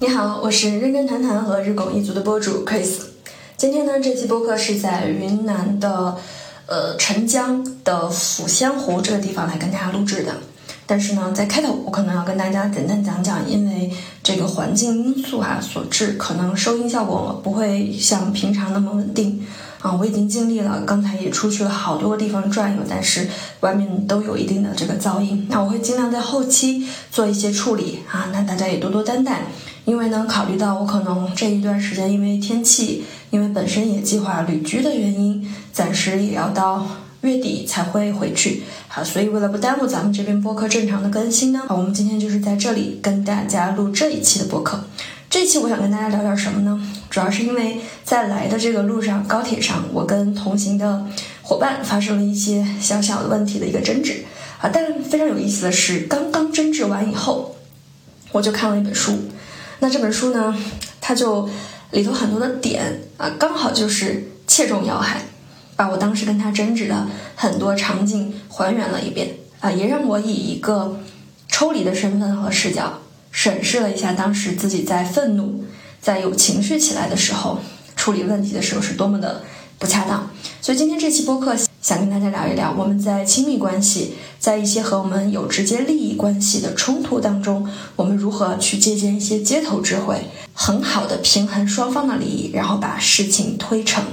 你好，我是认真谈谈和日拱一卒的播主 Chris。今天呢，这期播客是在云南的澄江的抚香湖这个地方来跟大家录制的。但是呢，在开头我可能要跟大家简单讲讲，因为这个环境因素所致，可能收音效果不会像平常那么稳定我已经尽力了，刚才也出去了好多个地方转悠，但是外面都有一定的这个噪音。那我会尽量在后期做一些处理那大家也多多担待。因为呢，考虑到我可能这一段时间因为天气，因为本身也计划旅居的原因，暂时也要到月底才会回去所以为了不耽误咱们这边播客正常的更新呢，我们今天就是在这里跟大家录这一期的播客。这一期我想跟大家聊点什么呢？主要是因为在来的这个路上，高铁上，我跟同行的伙伴发生了一些小小的问题的一个争执但非常有意思的是，刚刚争执完以后，我就看了一本书。那这本书呢，它就里头很多的点刚好就是切中要害，把我当时跟他争执的很多场景还原了一遍也让我以一个抽离的身份和视角审视了一下当时自己在愤怒、在有情绪起来的时候处理问题的时候是多么的不恰当。所以今天这期播客想跟大家聊一聊，我们在亲密关系，在一些和我们有直接利益关系的冲突当中，我们如何去借鉴一些街头智慧，很好的平衡双方的利益，然后把事情推成。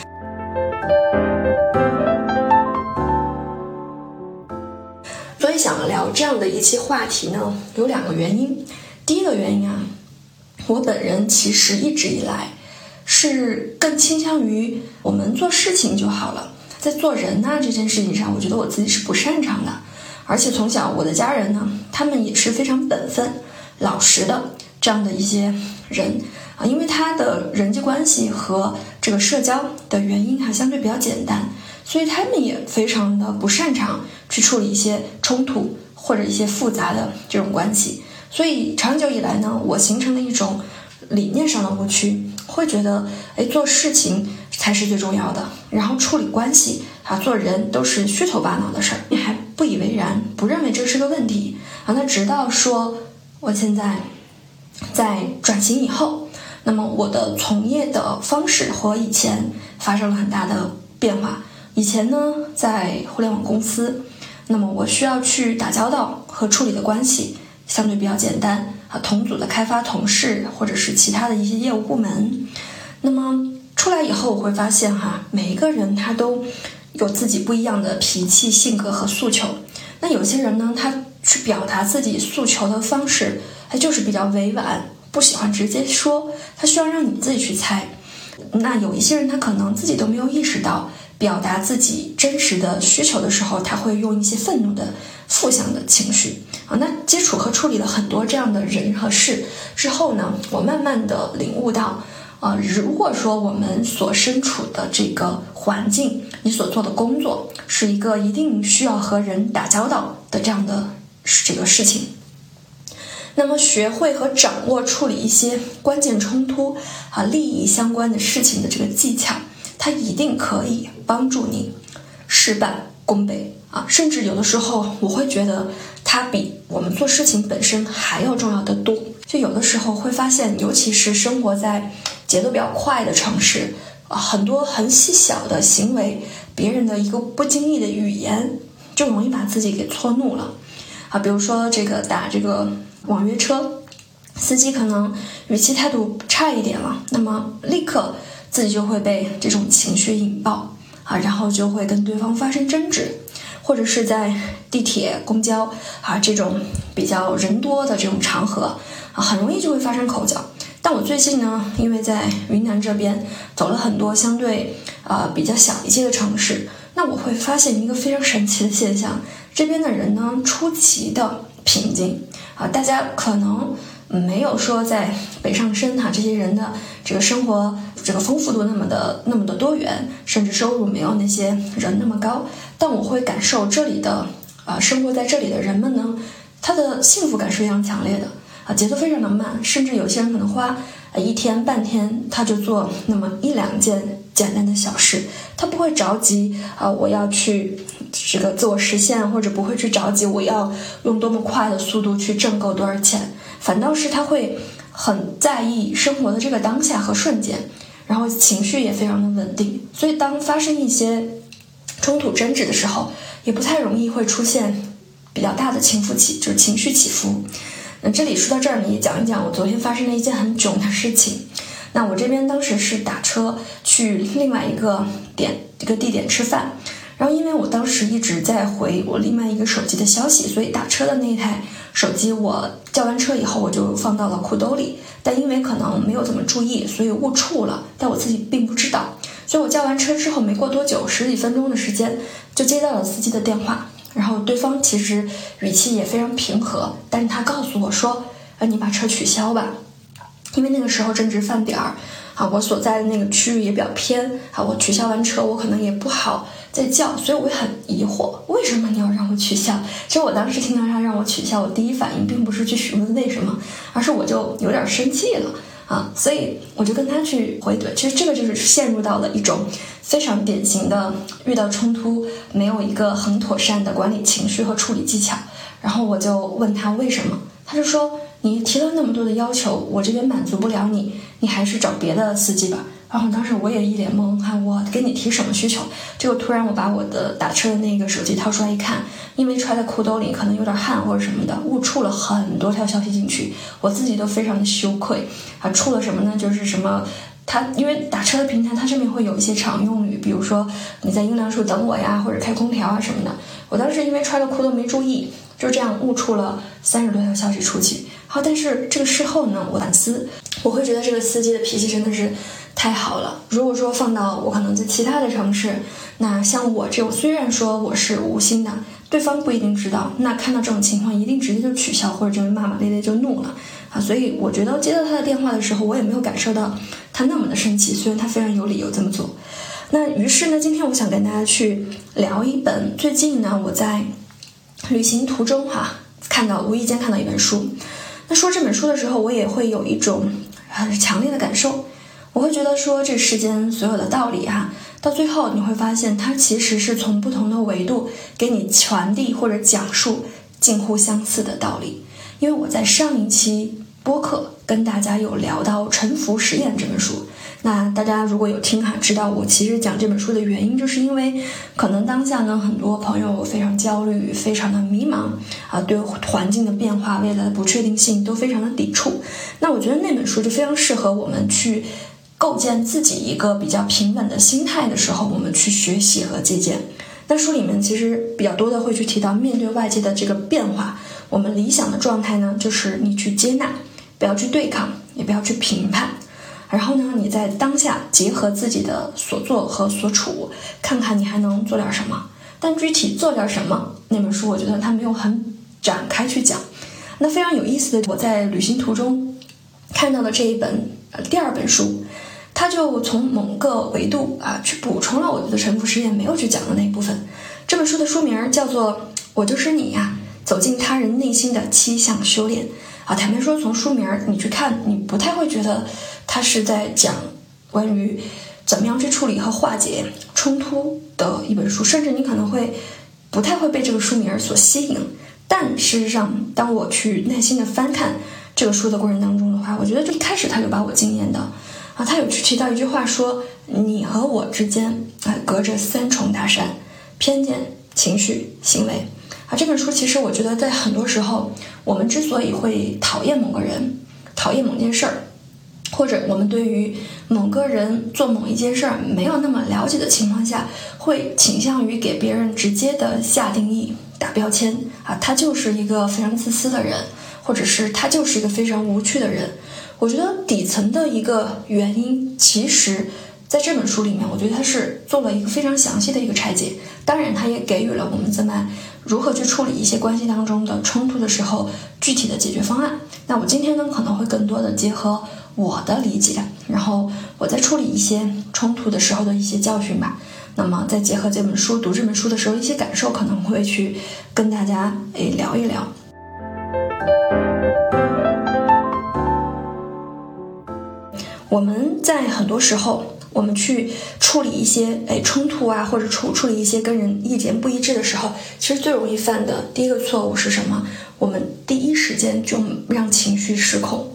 所以想聊这样的一期话题呢，有两个原因。第一个原因我本人其实一直以来是更倾向于我们做事情就好了，在做人这件事情上，我觉得我自己是不擅长的。而且从小我的家人呢，他们也是非常本分、老实的这样的一些人因为他的人际关系和这个社交的原因相对比较简单，所以他们也非常的不擅长去处理一些冲突或者一些复杂的这种关系。所以长久以来呢，我形成了一种理念上的误区，会觉得做事情才是最重要的，然后处理关系做人都是虚头巴脑的事儿，你还不以为然，不认为这是个问题那直到说我现在在转型以后，那么我的从业的方式和以前发生了很大的变化。以前呢，在互联网公司，那么我需要去打交道和处理的关系相对比较简单同组的开发同事或者是其他的一些业务部门。那么出来以后，我会发现每一个人他都有自己不一样的脾气、性格和诉求。那有些人呢，他去表达自己诉求的方式就是比较委婉，不喜欢直接说，他需要让你自己去猜。那有一些人他可能自己都没有意识到，表达自己真实的需求的时候，他会用一些愤怒的负向的情绪那接触和处理了很多这样的人和事之后呢，我慢慢的领悟到如果说我们所身处的这个环境，你所做的工作是一个一定需要和人打交道的这样的这个事情，那么学会和掌握处理一些关键冲突利益相关的事情的这个技巧，它一定可以帮助你事半功倍甚至有的时候我会觉得它比我们做事情本身还要重要的多。就有的时候会发现，尤其是生活在节奏比较快的城市很多很细小的行为，别人的一个不经意的语言就容易把自己给错怒了比如说这个打这个网约车，司机可能语气态度差一点了，那么立刻自己就会被这种情绪引爆然后就会跟对方发生争执，或者是在地铁、公交这种比较人多的这种场合很容易就会发生口角。但我最近呢，因为在云南这边走了很多相对比较小一些的城市，那我会发现一个非常神奇的现象，这边的人呢出奇的平静大家可能没有说在北上深这些人的这个生活这个丰富度那么的多元，甚至收入没有那些人那么高，但我会感受这里的生活在这里的人们呢，他的幸福感是非常强烈的节奏非常的慢，甚至有些人可能花一天半天他就做那么一两件简单的小事，他不会着急我要去这个自我实现，或者不会去着急我要用多么快的速度去挣够多少钱，反倒是他会很在意生活的这个当下和瞬间，然后情绪也非常的稳定，所以当发生一些冲突争执的时候，也不太容易会出现比较大的就是情绪起伏。那这里说到这儿呢，也讲一讲我昨天发生了一件很囧的事情。那我这边当时是打车去另外一个地点吃饭，然后因为我当时一直在回我另外一个手机的消息，所以打车的那一台手机我叫完车以后我就放到了裤兜里，但因为可能没有怎么注意，所以误触了，但我自己并不知道。所以我叫完车之后没过多久，10几分钟的时间就接到了司机的电话，然后对方其实语气也非常平和，但是他告诉我说你把车取消吧。因为那个时候正值饭点儿我所在的那个区域也比较偏我取消完车我可能也不好再叫，所以我很疑惑，为什么你要让我取消？其实我当时听到他让我取消，我第一反应并不是去询问为什么，而是我就有点生气了所以我就跟他去回怼。其实这个就是陷入到了一种非常典型的遇到冲突没有一个很妥善的管理情绪和处理技巧，然后我就问他为什么，他就说你提了那么多的要求，我这边满足不了你，你还是找别的司机吧。然后当时我也一脸懵，我给你提什么需求？结果突然我把我的打车的那个手机掏出来一看，因为揣在裤兜里可能有点汗或者什么的，误触了很多条消息进去，我自己都非常的羞愧触了什么呢？就是什么它因为打车的平台它上面会有一些常用语，比如说你在阴凉处等我呀，或者开空调什么的，我当时因为揣了裤兜没注意，就这样误触了30多条消息出去。但是这个事后呢，我反思，我会觉得这个司机的脾气真的是太好了。如果说放到我可能在其他的城市，那像我这种虽然说我是无心的，对方不一定知道，那看到这种情况一定直接就取消，或者就骂骂咧咧就怒了所以我觉得接到他的电话的时候，我也没有感受到他那么的生气，虽然他非常有理由这么做。那于是呢，今天我想跟大家去聊一本最近呢我在旅行途中无意间看到一本书。那说这本书的时候，我也会有一种很强烈的感受，我会觉得说这世间所有的道理到最后你会发现它其实是从不同的维度给你传递或者讲述近乎相似的道理。因为我在上一期播客跟大家有聊到《沉浮实验》这本书，那大家如果有听知道我其实讲这本书的原因，就是因为可能当下呢很多朋友非常焦虑，非常的迷茫对环境的变化、未来的不确定性都非常的抵触。那我觉得那本书就非常适合我们去构建自己一个比较平稳的心态的时候，我们去学习和借鉴。那书里面其实比较多的会去提到，面对外界的这个变化，我们理想的状态呢，就是你去接纳，不要去对抗，也不要去评判，然后呢，你在当下结合自己的所作和所处，看看你还能做点什么。但具体做点什么，那本书我觉得它没有很展开去讲。那非常有意思的，我在旅行途中看到的这一本第二本书，它就从某个维度去补充了我觉得沉浮实验没有去讲的那一部分。这本书的书名叫做《我就是你走进他人内心的7项修炼》坦白说，从书名你去看，你不太会觉得它是在讲关于怎么样去处理和化解冲突的一本书，甚至你可能会不太会被这个书名所吸引。但事实上，当我去耐心的翻看这个书的过程当中的话，我觉得一开始他就把我惊艳的他有去提到一句话说，你和我之间隔着3重大山：偏见、情绪、行为这本书其实我觉得在很多时候，我们之所以会讨厌某个人，讨厌某件事儿，或者我们对于某个人做某一件事儿没有那么了解的情况下，会倾向于给别人直接的下定义、打标签他就是一个非常自私的人，或者是他就是一个非常无趣的人。我觉得底层的一个原因，其实在这本书里面，我觉得他是做了一个非常详细的一个拆解。当然他也给予了我们在如何去处理一些关系当中的冲突的时候具体的解决方案。那我今天呢可能会更多的结合我的理解，然后我在处理一些冲突的时候的一些教训吧，那么再结合这本书，读这本书的时候一些感受，可能会去跟大家聊一聊。我们在很多时候，我们去处理一些冲突或者处理一些跟人意见不一致的时候，其实最容易犯的第一个错误是什么？我们第一时间就让情绪失控，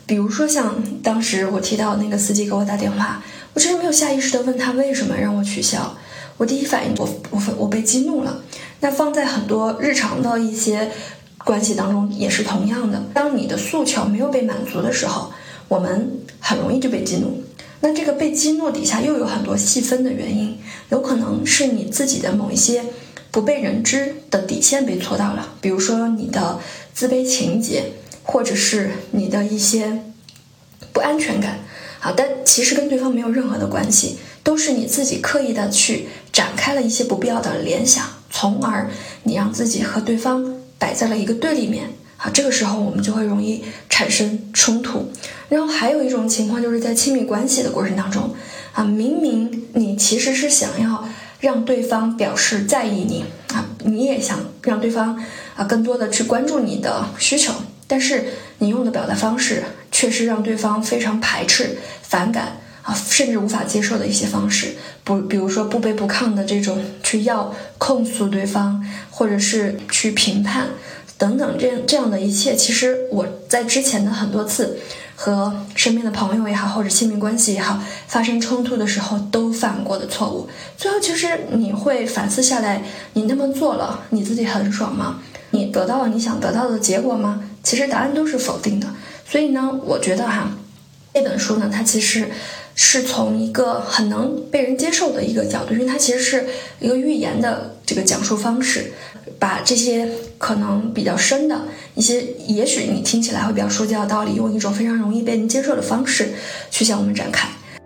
比如说像当时我提到那个司机给我打电话，我其实没有下意识的问他为什么让我取消，我第一反应我被激怒了。那放在很多日常的一些关系当中也是同样的，当你的诉求没有被满足的时候，我们很容易就被激怒。那这个被激怒底下又有很多细分的原因，有可能是你自己的某一些不被人知的底线被戳到了，比如说你的自卑情结，或者是你的一些不安全感。好，但其实跟对方没有任何的关系，都是你自己刻意的去展开了一些不必要的联想，从而你让自己和对方摆在了一个对立面。好，这个时候我们就会容易产生冲突。然后还有一种情况就是在亲密关系的过程当中明明你其实是想要让对方表示在意你你也想让对方更多的去关注你的需求，但是你用的表达方式却是让对方非常排斥、反感甚至无法接受的一些方式，比如说不卑不亢的这种去要控诉对方，或者是去评判等等，这样的一切，其实我在之前的很多次和身边的朋友也好，或者亲密关系也好，发生冲突的时候都犯过的错误。最后其实你会反思下来，你那么做了，你自己很爽吗？你得到了你想得到的结果吗？其实答案都是否定的。所以呢，我觉得这本书呢，它其实是从一个很能被人接受的一个角度，因为它其实是一个寓言的这个讲述方式，把这些可能比较深的一些，也许你听起来会比较说教的道理，用一种非常容易被人接受的方式去向我们展开。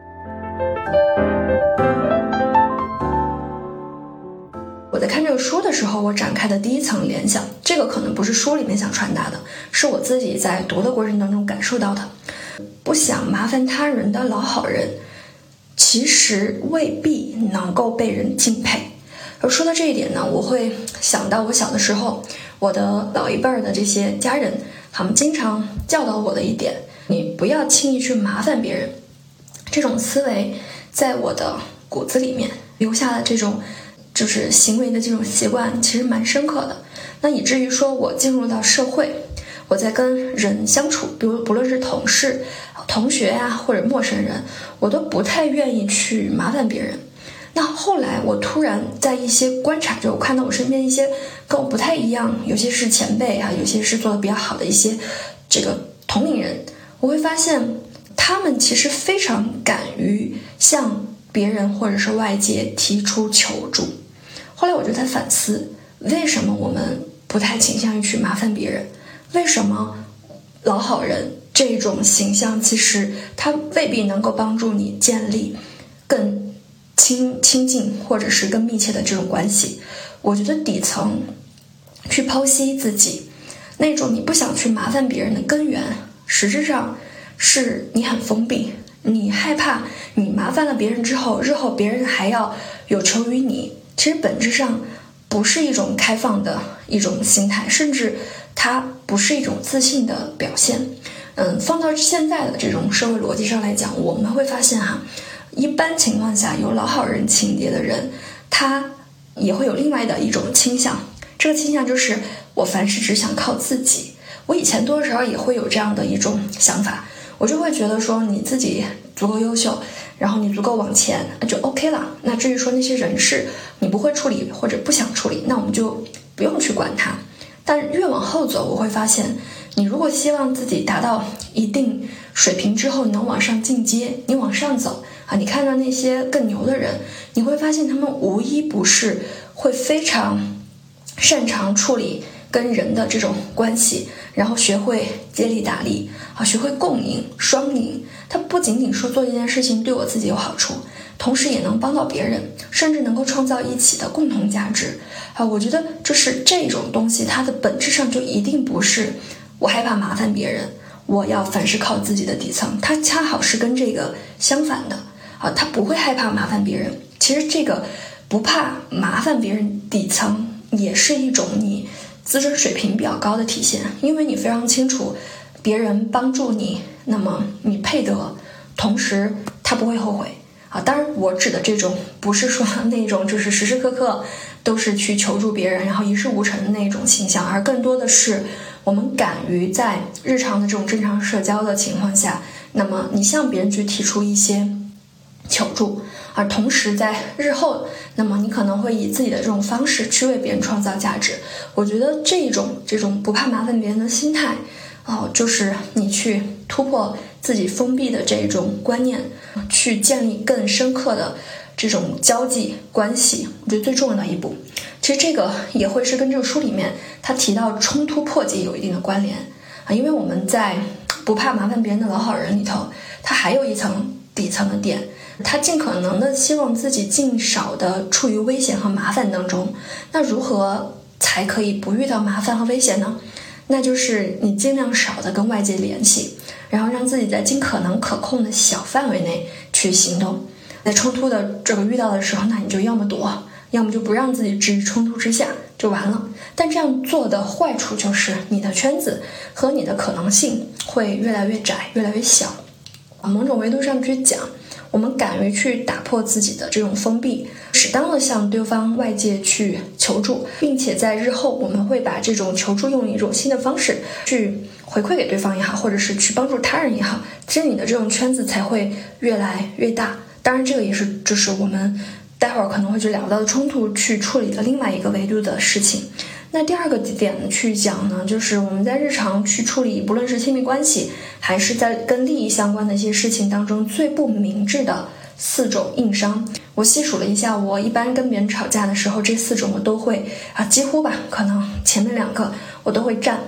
我在看这个书的时候，我展开的第一层联想，这个可能不是书里面想传达的，是我自己在读的过程当中感受到的。不想麻烦他人的老好人，其实未必能够被人敬佩。而说到这一点呢，我会想到我小的时候，我的老一辈的这些家人，他们经常教导我的一点，你不要轻易去麻烦别人。这种思维在我的骨子里面留下了这种就是行为的这种习惯，其实蛮深刻的。那以至于说我进入到社会，我在跟人相处，比如不论是同事、同学或者陌生人，我都不太愿意去麻烦别人。那后来我突然在一些观察，就我看到我身边一些跟我不太一样，有些是前辈有些是做的比较好的一些这个同龄人，我会发现他们其实非常敢于向别人或者是外界提出求助。后来我就在反思，为什么我们不太倾向于去麻烦别人？为什么老好人这种形象其实它未必能够帮助你建立更亲近或者是更密切的这种关系？我觉得底层去剖析自己那种你不想去麻烦别人的根源，实质上是你很封闭，你害怕你麻烦了别人之后，日后别人还要有求于你。其实本质上不是一种开放的一种心态，甚至它不是一种自信的表现。放到现在的这种社会逻辑上来讲，我们会发现一般情况下有老好人情节的人，他也会有另外的一种倾向，这个倾向就是我凡事只想靠自己。我以前多多少少也会有这样的一种想法，我就会觉得说你自己足够优秀，然后你足够往前就 OK 了。那至于说那些人事你不会处理或者不想处理，那我们就不用去管它。但越往后走，我会发现你如果希望自己达到一定水平之后，你能往上进阶，你往上走你看到那些更牛的人，你会发现他们无一不是会非常擅长处理跟人的这种关系，然后学会接力打力学会共赢双赢。他不仅仅说做这件事情对我自己有好处，同时也能帮到别人，甚至能够创造一起的共同价值我觉得就是这种东西，它的本质上就一定不是我害怕麻烦别人，我要凡事靠自己的底层，它恰好是跟这个相反的他不会害怕麻烦别人。其实这个不怕麻烦别人底层也是一种你自身水平比较高的体现，因为你非常清楚别人帮助你，那么你配得，同时他不会后悔当然我指的这种不是说那种就是时时刻刻都是去求助别人然后一事无成的那种倾向，而更多的是我们敢于在日常的这种正常社交的情况下，那么你向别人去提出一些求助，而同时在日后，那么你可能会以自己的这种方式去为别人创造价值。我觉得这种不怕麻烦别人的心态，就是你去突破自己封闭的这种观念，去建立更深刻的这种交际关系，我觉得最重要的一步。其实这个也会是跟这个书里面他提到冲突破解有一定的关联因为我们在不怕麻烦别人的老好人里头，他还有一层底层的点，他尽可能的希望自己尽少的处于危险和麻烦当中。那如何才可以不遇到麻烦和危险呢？那就是你尽量少的跟外界联系，然后让自己在尽可能可控的小范围内去行动。在冲突的这个遇到的时候，那你就要么躲，要么就不让自己置于冲突之下，就完了。但这样做的坏处就是你的圈子和你的可能性会越来越窄，越来越小。某种维度上去讲，我们敢于去打破自己的这种封闭，适当的向对方外界去求助，并且在日后我们会把这种求助用一种新的方式去回馈给对方也好，或者是去帮助他人也好，其实你的这种圈子才会越来越大。当然这个也是就是我们待会儿可能会去聊到的冲突去处理的另外一个维度的事情。那第二个点去讲呢，就是我们在日常去处理不论是亲密关系还是在跟利益相关的一些事情当中最不明智的4种硬伤。我细数了一下，我一般跟别人吵架的时候，这4种我都会几乎吧，可能前面2个我都会占。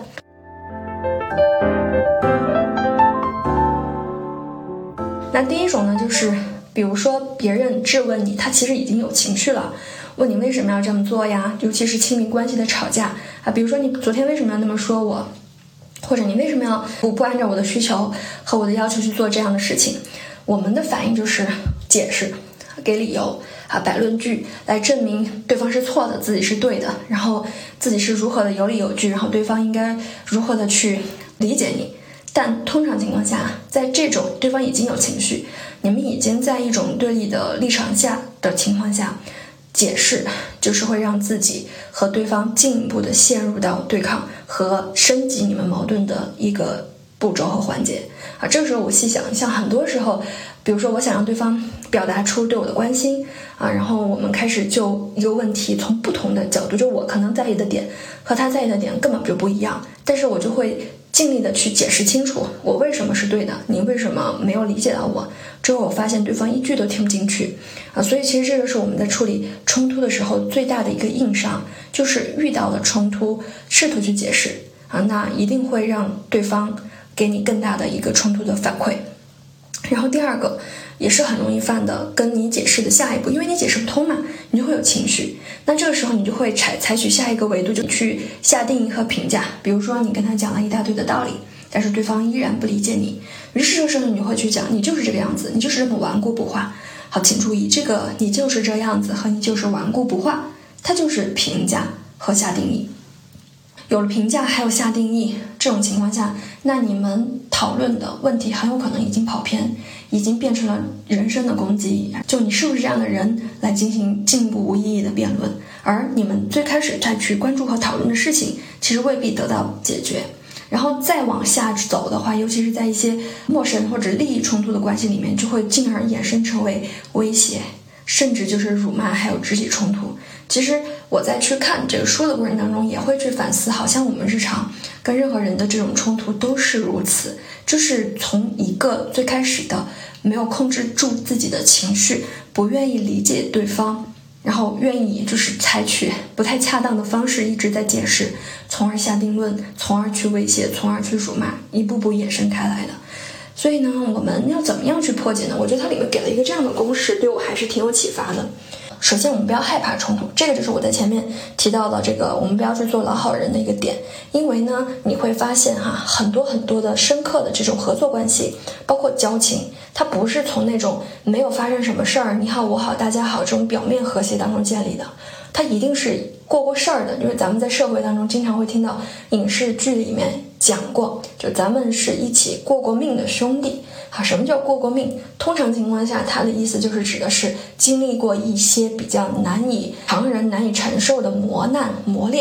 那第一种呢，就是比如说别人质问你，他其实已经有情绪了，问你为什么要这么做呀？尤其是亲密关系的吵架比如说你昨天为什么要那么说我，或者你为什么要不按照我的需求和我的要求去做这样的事情。我们的反应就是解释，给理由摆论据来证明对方是错的，自己是对的，然后自己是如何的有理有据，然后对方应该如何的去理解你。但通常情况下，在这种对方已经有情绪，你们已经在一种对立的立场下的情况下，解释就是会让自己和对方进一步的陷入到对抗和升级你们矛盾的一个步骤和环节这个时候我细想，像很多时候比如说我想让对方表达出对我的关心然后我们开始就一个问题从不同的角度，就我可能在意的点和他在意的点根本就不一样，但是我就会尽力的去解释清楚我为什么是对的，你为什么没有理解到我。之后我发现对方一句都听不进去所以其实这个是我们在处理冲突的时候最大的一个硬伤，就是遇到了冲突试图去解释那一定会让对方给你更大的一个冲突的反馈。然后第二个也是很容易犯的，跟你解释的下一步，因为你解释不通嘛，你就会有情绪，那这个时候你就会采取下一个维度，就去下定义和评价。比如说你跟他讲了一大堆的道理，但是对方依然不理解你，于是这个时候你会去讲，你就是这个样子，你就是这么顽固不化。好，请注意，这个你就是这样子和你就是顽固不化，它就是评价和下定义。有了评价还有下定义，这种情况下，那你们讨论的问题很有可能已经跑偏，已经变成了人身的攻击，就你是不是这样的人来进行进一步无意义的辩论，而你们最开始再去关注和讨论的事情其实未必得到解决。然后再往下走的话，尤其是在一些陌生或者利益冲突的关系里面，就会进而衍生成为威胁，甚至就是辱骂还有肢体冲突。其实我在去看这个书的过程当中也会去反思，好像我们日常跟任何人的这种冲突都是如此，就是从一个最开始的没有控制住自己的情绪，不愿意理解对方，然后愿意就是采取不太恰当的方式一直在解释，从而下定论，从而去威胁，从而去辱骂，一步步衍生开来的。所以呢，我们要怎么样去破解呢？我觉得它里面给了一个这样的公式，对我还是挺有启发的。首先我们不要害怕冲突，这个就是我在前面提到的这个我们不要去做老好人的一个点。因为呢你会发现很多很多的深刻的这种合作关系，包括交情，它不是从那种没有发生什么事儿，你好我好大家好这种表面和谐当中建立的，它一定是过事儿的。因为咱们在社会当中经常会听到影视剧里面讲过，就咱们是一起过命的兄弟。什么叫过命？通常情况下它的意思就是指的是经历过一些比较常人难以承受的磨难磨练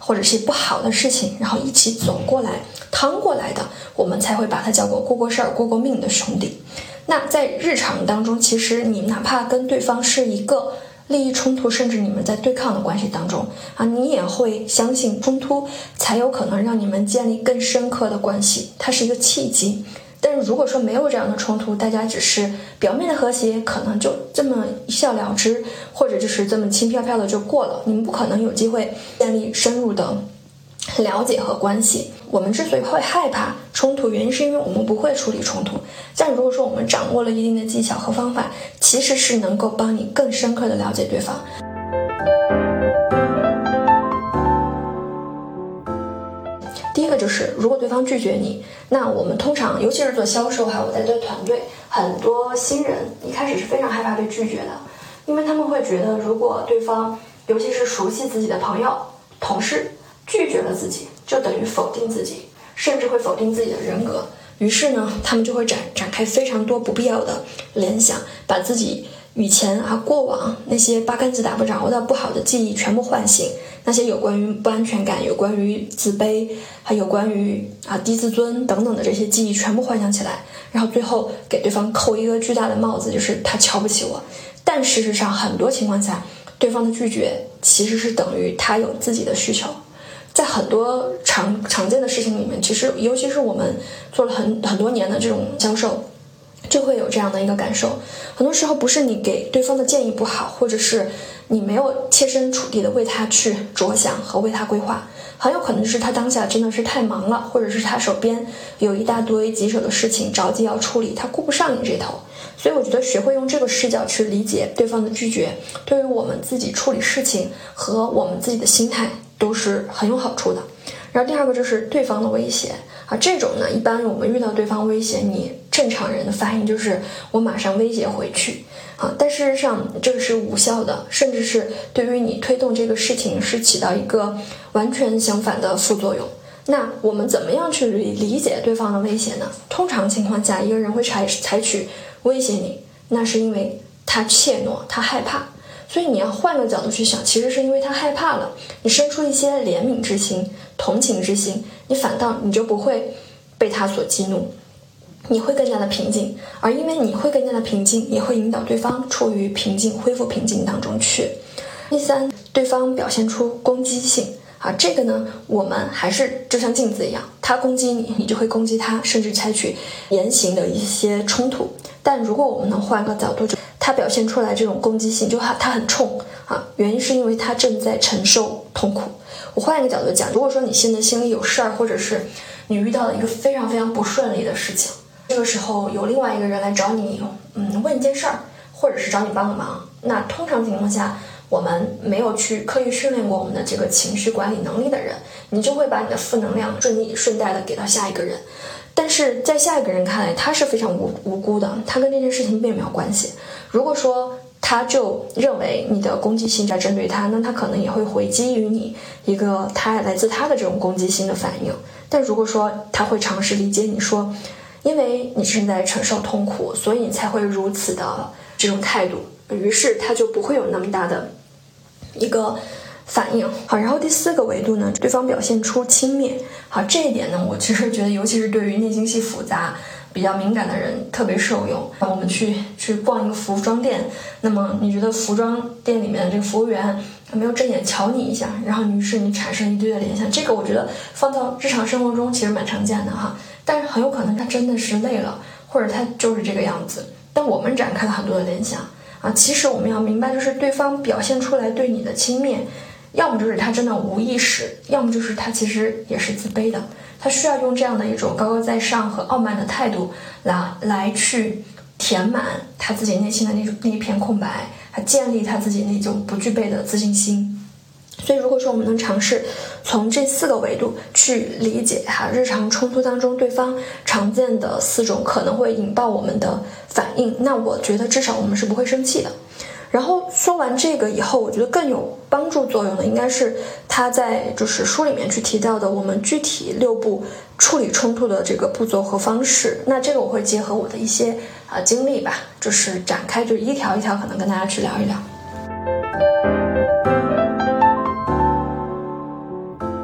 或者是不好的事情，然后一起走过来趟过来的，我们才会把它叫过事儿过命的兄弟。那在日常当中，其实你哪怕跟对方是一个利益冲突，甚至你们在对抗的关系当中你也会相信冲突才有可能让你们建立更深刻的关系，它是一个契机。但是如果说没有这样的冲突，大家只是表面的和谐，可能就这么一笑了之，或者就是这么轻飘飘的就过了，你们不可能有机会建立深入的了解和关系。我们之所以会害怕冲突，原因是因为我们不会处理冲突。但如果说我们掌握了一定的技巧和方法，其实是能够帮你更深刻的了解对方。第一个就是如果对方拒绝你，那我们通常尤其是做销售我在对团队，很多新人一开始是非常害怕被拒绝的，因为他们会觉得如果对方尤其是熟悉自己的朋友同事拒绝了自己，就等于否定自己，甚至会否定自己的人格。于是呢，他们就会展开非常多不必要的联想，把自己以前过往那些八竿子打不着的不好的记忆全部唤醒，那些有关于不安全感、有关于自卑，还有关于低自尊等等的这些记忆全部幻想起来，然后最后给对方扣一个巨大的帽子，就是他瞧不起我。但事实上很多情况下，对方的拒绝其实是等于他有自己的需求。在很多常见的事情里面，其实尤其是我们做了很多年的这种销售，就会有这样的一个感受。很多时候不是你给对方的建议不好，或者是你没有切身处地的为他去着想和为他规划，很有可能是他当下真的是太忙了，或者是他手边有一大堆棘手的事情着急要处理，他顾不上你这头。所以我觉得学会用这个视角去理解对方的拒绝，对于我们自己处理事情和我们自己的心态都是很有好处的。然后第二个就是对方的威胁这种呢，一般我们遇到对方威胁，你正常人的反应就是我马上威胁回去但事实上这个是无效的，甚至是对于你推动这个事情是起到一个完全相反的副作用。那我们怎么样去理解对方的威胁呢？通常情况下，一个人会采取威胁你，那是因为他怯懦，他害怕。所以你要换个角度去想，其实是因为他害怕了，你生出一些怜悯之心、同情之心，你就不会被他所激怒，你会更加的平静。而因为你会更加的平静，也会引导对方处于平静、恢复平静当中去。第三，对方表现出攻击性这个呢，我们还是就像镜子一样，他攻击你，你就会攻击他，甚至采取言行的一些冲突。但如果我们能换个角度，他表现出来这种攻击性，就他很冲原因是因为他正在承受痛苦。我换一个角度讲，如果说你现在心里有事儿，或者是你遇到了一个非常非常不顺利的事情，这个时候有另外一个人来找你问一件事儿，或者是找你帮个忙，那通常情况下，我们没有去刻意训练过我们的这个情绪管理能力的人，你就会把你的负能量顺带的给到下一个人。但是在下一个人看来，他是非常无辜的，他跟这件事情并没有关系。如果说他就认为你的攻击性在针对他，那他可能也会回击于你一个来自他的这种攻击性的反应。但如果说他会尝试理解你说，因为你正在承受痛苦，所以你才会如此的这种态度，于是他就不会有那么大的一个反应。然后第四个维度呢，对方表现出轻蔑这一点呢，我其实觉得尤其是对于内心戏复杂比较敏感的人特别受用。我们去逛一个服装店，那么你觉得服装店里面的这个服务员没有正眼瞧你一下，然后于是你产生一堆的联想，这个我觉得放到日常生活中其实蛮常见的但是很有可能他真的是累了，或者他就是这个样子，但我们展开了很多的联想其实我们要明白，就是对方表现出来对你的轻蔑，要么就是他真的无意识，要么就是他其实也是自卑的，他需要用这样的一种高高在上和傲慢的态度来去填满他自己内心的那一片空白，还建立他自己那种不具备的自信心。所以如果说我们能尝试从这四个维度去理解日常冲突当中对方常见的4种可能会引爆我们的反应，那我觉得至少我们是不会生气的。然后说完这个以后，我觉得更有帮助作用的应该是他在就是书里面去提到的我们具体6步处理冲突的这个步骤和方式。那这个我会结合我的一些经历吧，就是展开，就是一条一条可能跟大家去聊一聊。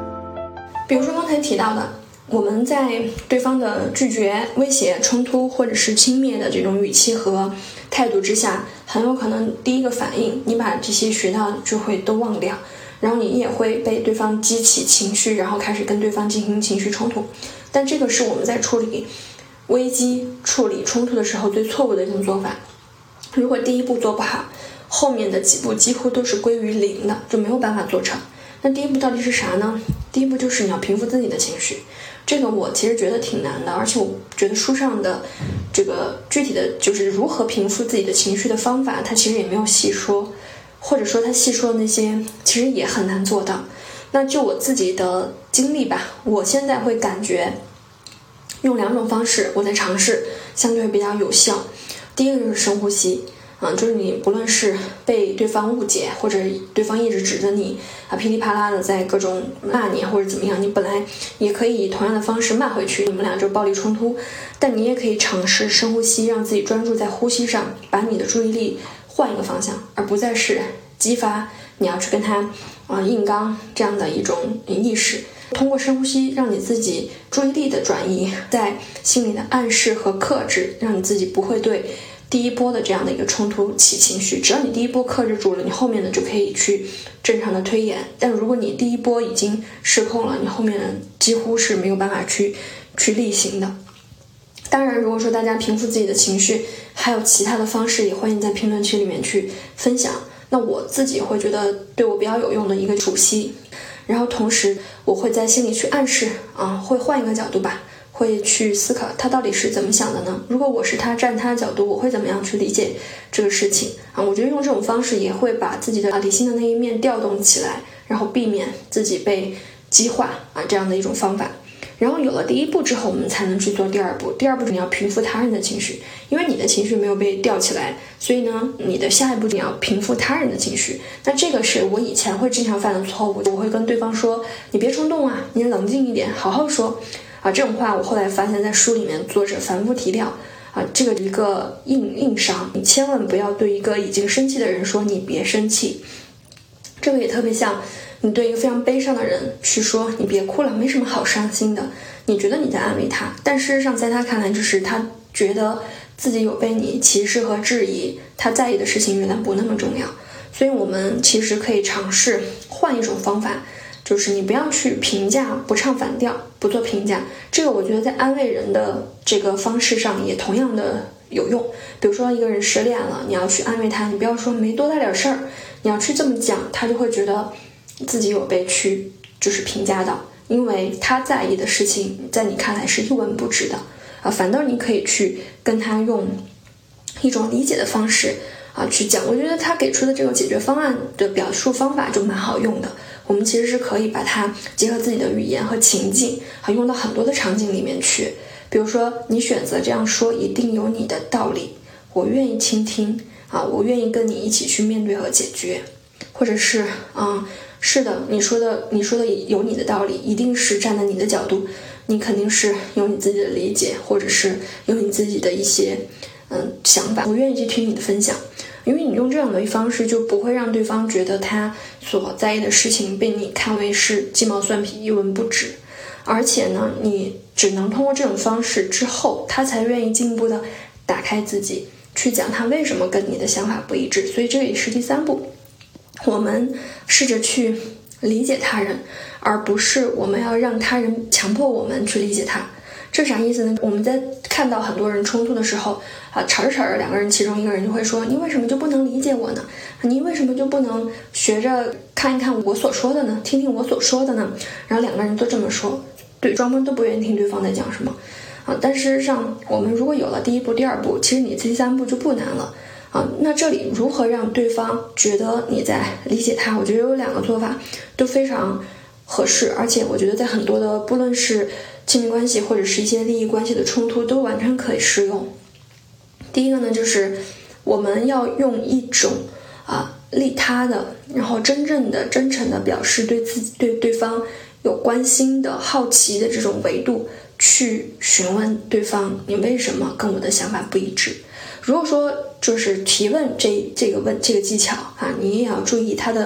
天提到的，我们在对方的拒绝、威胁、冲突或者是轻蔑的这种语气和态度之下，很有可能第一个反应，你把这些学到就会都忘掉，然后你也会被对方激起情绪，然后开始跟对方进行情绪冲突。但这个是我们在处理危机、处理冲突的时候最错误的一种做法。如果第一步做不好，后面的几步几乎都是归于零的，就没有办法做成。那第一步到底是啥呢？第一步就是你要平复自己的情绪，这个我其实觉得挺难的，而且我觉得书上的这个具体的就是如何平复自己的情绪的方法，它其实也没有细说，或者说他细说的那些其实也很难做到。那就我自己的经历吧，我现在会感觉用2种方式我在尝试，相对比较有效。第一个就是深呼吸，就是你不论是被对方误解，或者对方一直指着你噼里啪啦的在各种骂你或者怎么样，你本来也可以以同样的方式骂回去，你们俩就暴力冲突，但你也可以尝试深呼吸，让自己专注在呼吸上，把你的注意力换一个方向，而不再是激发你要去跟他硬刚这样的一种意识。通过深呼吸让你自己注意力的转移，在心里的暗示和克制，让你自己不会对第一波的这样的一个冲突起情绪。只要你第一波克制住了，你后面的就可以去正常的推演。但如果你第一波已经失控了，你后面的几乎是没有办法去例行的。当然如果说大家平复自己的情绪还有其他的方式，也欢迎在评论区里面去分享。那我自己会觉得对我比较有用的一个数息，然后同时我会在心里去暗示会换一个角度吧，会去思考他到底是怎么想的呢？如果我是他，站他的角度，我会怎么样去理解这个事情我觉得用这种方式也会把自己的理性的那一面调动起来，然后避免自己被激化这样的一种方法。然后有了第一步之后，我们才能去做第二步。第二步你要平复他人的情绪，因为你的情绪没有被吊起来，所以呢，你的下一步你要平复他人的情绪。那这个是我以前会经常犯的错误，我会跟对方说，你别冲动你冷静一点，好好说这种话我后来发现在书里面作者反复提到这个一个硬伤，你千万不要对一个已经生气的人说你别生气。这个也特别像你对一个非常悲伤的人去说你别哭了，没什么好伤心的，你觉得你在安慰他，但事实上在他看来就是他觉得自己有被你歧视和质疑，他在意的事情原来不那么重要。所以我们其实可以尝试换一种方法，就是你不要去评价，不唱反调，不做评价。这个我觉得在安慰人的这个方式上也同样的有用。比如说一个人失恋了，你要去安慰他，你不要说没多大点事儿，你要去这么讲，他就会觉得自己有被去就是评价到，因为他在意的事情在你看来是一文不值的反倒你可以去跟他用一种理解的方式去讲。我觉得他给出的这个解决方案的表述方法就蛮好用的，我们其实是可以把它结合自己的语言和情境用到很多的场景里面去。比如说你选择这样说，一定有你的道理，我愿意倾听我愿意跟你一起去面对和解决。或者是是的，你说的有你的道理，一定是站在你的角度，你肯定是有你自己的理解，或者是有你自己的一些想法，我愿意去听你的分享。因为你用这样的方式就不会让对方觉得他所在意的事情被你看为是鸡毛蒜皮一文不值，而且呢你只能通过这种方式之后，他才愿意进一步的打开自己去讲他为什么跟你的想法不一致。所以这也是第3步，我们试着去理解他人，而不是我们要让他人强迫我们去理解他。这啥意思呢？我们在看到很多人冲突的时候吵着吵着，两个人其中一个人就会说，你为什么就不能理解我呢？你为什么就不能学着看一看我所说的呢？听听我所说的呢？然后两个人都这么说，对，双方都不愿意听对方在讲什么但事实上我们如果有了第1步第2步，其实你第3步就不难了那这里如何让对方觉得你在理解他，我觉得有2个做法都非常合适，而且我觉得在很多的不论是亲密关系或者是一些利益关系的冲突都完全可以适用。第一个呢，就是我们要用一种利他的，然后真正的真诚的表示对对方有关心的好奇的这种维度去询问对方，你为什么跟我的想法不一致。如果说就是提问这个技巧你也要注意它的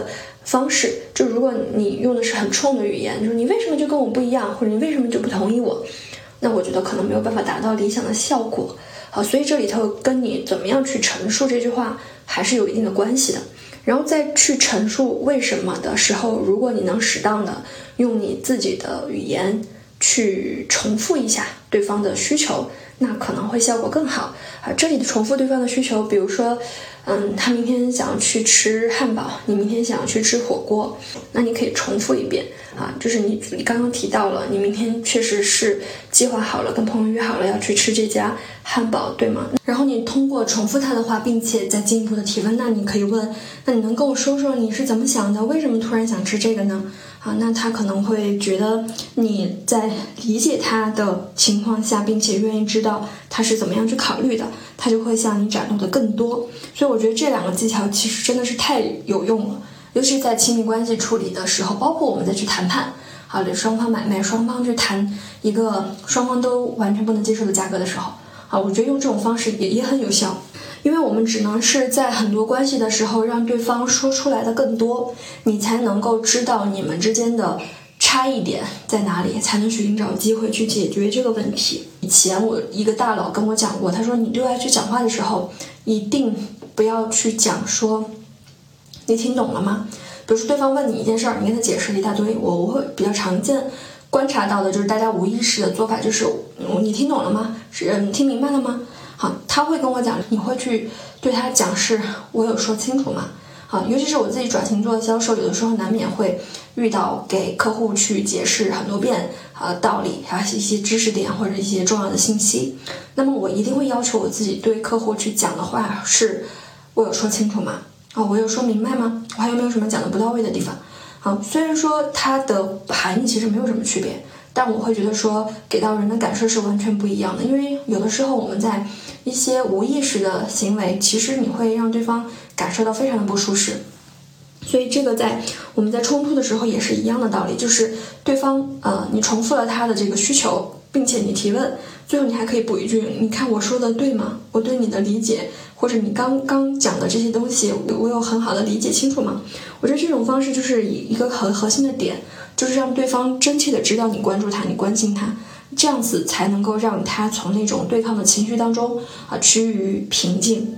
方式，就如果你用的是很冲的语言，就是你为什么就跟我不一样，或者你为什么就不同意我，那我觉得可能没有办法达到理想的效果。所以这里头跟你怎么样去陈述这句话还是有一定的关系的。然后在去陈述为什么的时候，如果你能适当的用你自己的语言去重复一下对方的需求，那可能会效果更好。这里的重复对方的需求，比如说他明天想要去吃汉堡，你明天想要去吃火锅，那你可以重复一遍就是你刚刚提到了，你明天确实是计划好了，跟朋友约好了要去吃这家汉堡，对吗？然后你通过重复他的话，并且再进一步的提问，那你可以问，那你能跟我说说你是怎么想的？为什么突然想吃这个呢？那他可能会觉得你在理解他的情况下，并且愿意知道他是怎么样去考虑的，他就会向你展露的更多。所以我觉得这两个技巧其实真的是太有用了，尤其是在亲密关系处理的时候，包括我们再去谈判双方买卖，双方去谈一个双方都完全不能接受的价格的时候我觉得用这种方式也很有效。因为我们只能是在很多关系的时候让对方说出来的更多，你才能够知道你们之间的差异点在哪里，才能去寻找机会去解决这个问题。以前我一个大佬跟我讲过，他说你对外去讲话的时候一定不要去讲说你听懂了吗？比如说对方问你一件事儿，你跟他解释了一大堆，我会比较常见观察到的就是大家无意识的做法就是你听懂了吗？你听明白了吗？他会跟我讲，你会去对他讲是我有说清楚吗？尤其是我自己转型做的销售，有的时候难免会遇到给客户去解释很多遍道理一些知识点或者一些重要的信息，那么我一定会要求我自己对客户去讲的话是我有说清楚吗？我有说明白吗？我还有没有什么讲的不到位的地方？虽然说它的含义其实没有什么区别，但我会觉得说给到人的感受是完全不一样的。因为有的时候我们在一些无意识的行为，其实你会让对方感受到非常的不舒适。所以这个我们在冲突的时候也是一样的道理，就是对方你重复了他的这个需求，并且你提问，最后你还可以补一句，你看我说的对吗？我对你的理解，或者你刚刚讲的这些东西，我有很好的理解清楚吗？我觉得这种方式就是一个很核心的点，就是让对方真切的知道你关注他，你关心他，这样子才能够让他从那种对抗的情绪当中趋于平静。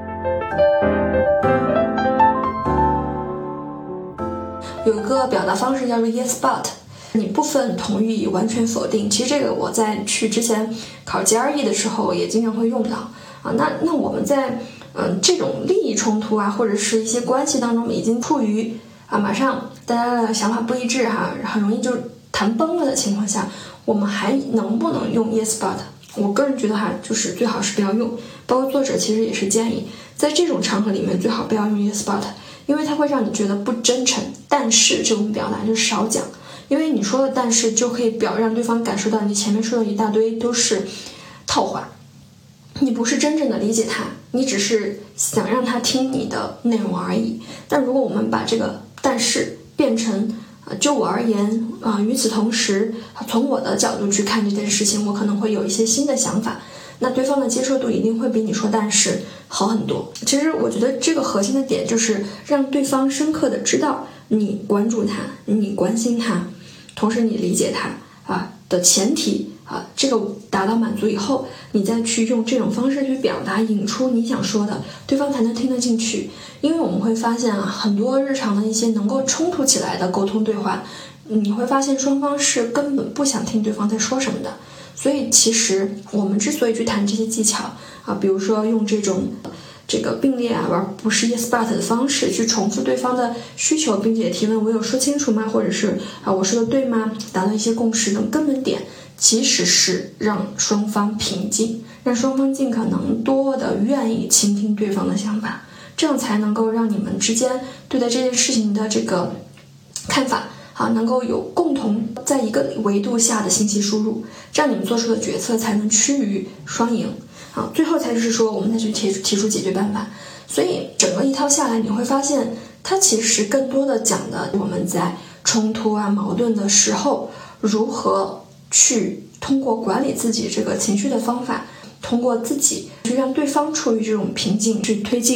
有一个表达方式叫做 yes but， 你部分同意完全否定，其实这个我在去之前考 GRE 的时候也经常会用到那我们在这种利益冲突或者是一些关系当中已经处于马上大家的想法不一致很容易就谈崩了的情况下，我们还能不能用 yes but？ 我个人觉得就是最好是不要用，包括作者其实也是建议在这种场合里面最好不要用 yes but， 因为它会让你觉得不真诚。但是这种表达就少讲，因为你说的但是就可以让对方感受到你前面说的一大堆都是套话，你不是真正的理解他，你只是想让他听你的内容而已。但如果我们把这个但是变成就我而言与此同时从我的角度去看这件事情，我可能会有一些新的想法，那对方的接受度一定会比你说但是好很多。其实我觉得这个核心的点就是让对方深刻的知道你关注他，你关心他，同时你理解他的前提这个达到满足以后，你再去用这种方式去表达，引出你想说的，对方才能听得进去。因为我们会发现很多日常的一些能够冲突起来的沟通对话，你会发现双方是根本不想听对方在说什么的。所以其实我们之所以去谈这些技巧比如说用这个并列而不是 yes but 的方式去重复对方的需求，并且提问我有说清楚吗？或者是我说的对吗？达到一些共识的根本点其实是让双方平静，让双方尽可能多的愿意倾听对方的想法，这样才能够让你们之间对待这件事情的这个看法能够有共同在一个维度下的信息输入，这样你们做出的决策才能趋于双赢最后才是说我们再去提出解决办法。所以整个一套下来，你会发现它其实更多的讲的我们在冲突矛盾的时候如何去通过管理自己这个情绪的方法，通过自己去让对方处于这种平静，去推进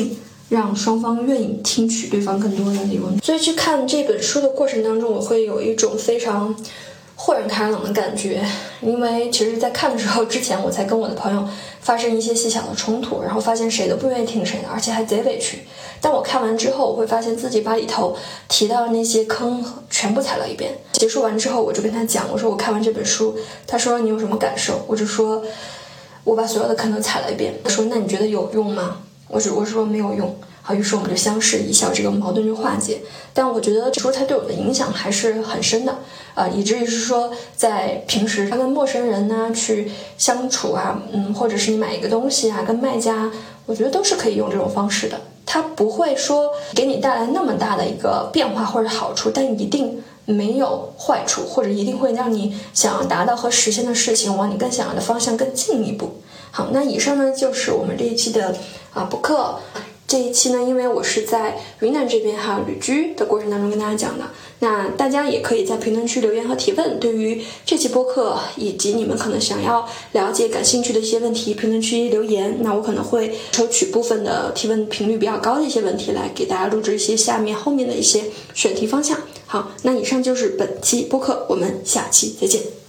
让双方愿意听取对方更多的理论。所以去看这本书的过程当中，我会有一种非常豁然开朗的感觉，因为其实在看的时候之前，我才跟我的朋友发生一些细小的冲突，然后发现谁都不愿意听谁的，而且还贼委屈。但我看完之后，我会发现自己把里头提到的那些坑全部踩了一遍。结束完之后，我就跟他讲，我说我看完这本书，他说你有什么感受？我就说我把所有的坑都踩了一遍。他说那你觉得有用吗？我说没有用。好，于是我们就相视一笑，这个矛盾就化解。但我觉得这书它对我的影响还是很深的，以至于是说在平时跟陌生人呢去相处啊，或者是你买一个东西啊，跟卖家，我觉得都是可以用这种方式的。它不会说给你带来那么大的一个变化或者好处，但一定没有坏处，或者一定会让你想要达到和实现的事情往你更想要的方向更进一步。好，那以上呢就是我们这一期的播客。这一期呢，因为我是在云南这边还有旅居的过程当中跟大家讲的，那大家也可以在评论区留言和提问，对于这期播客以及你们可能想要了解感兴趣的一些问题，评论区留言，那我可能会抽取部分的提问频率比较高的一些问题来给大家录制一些下面后面的一些选题方向。好，那以上就是本期播客，我们下期再见。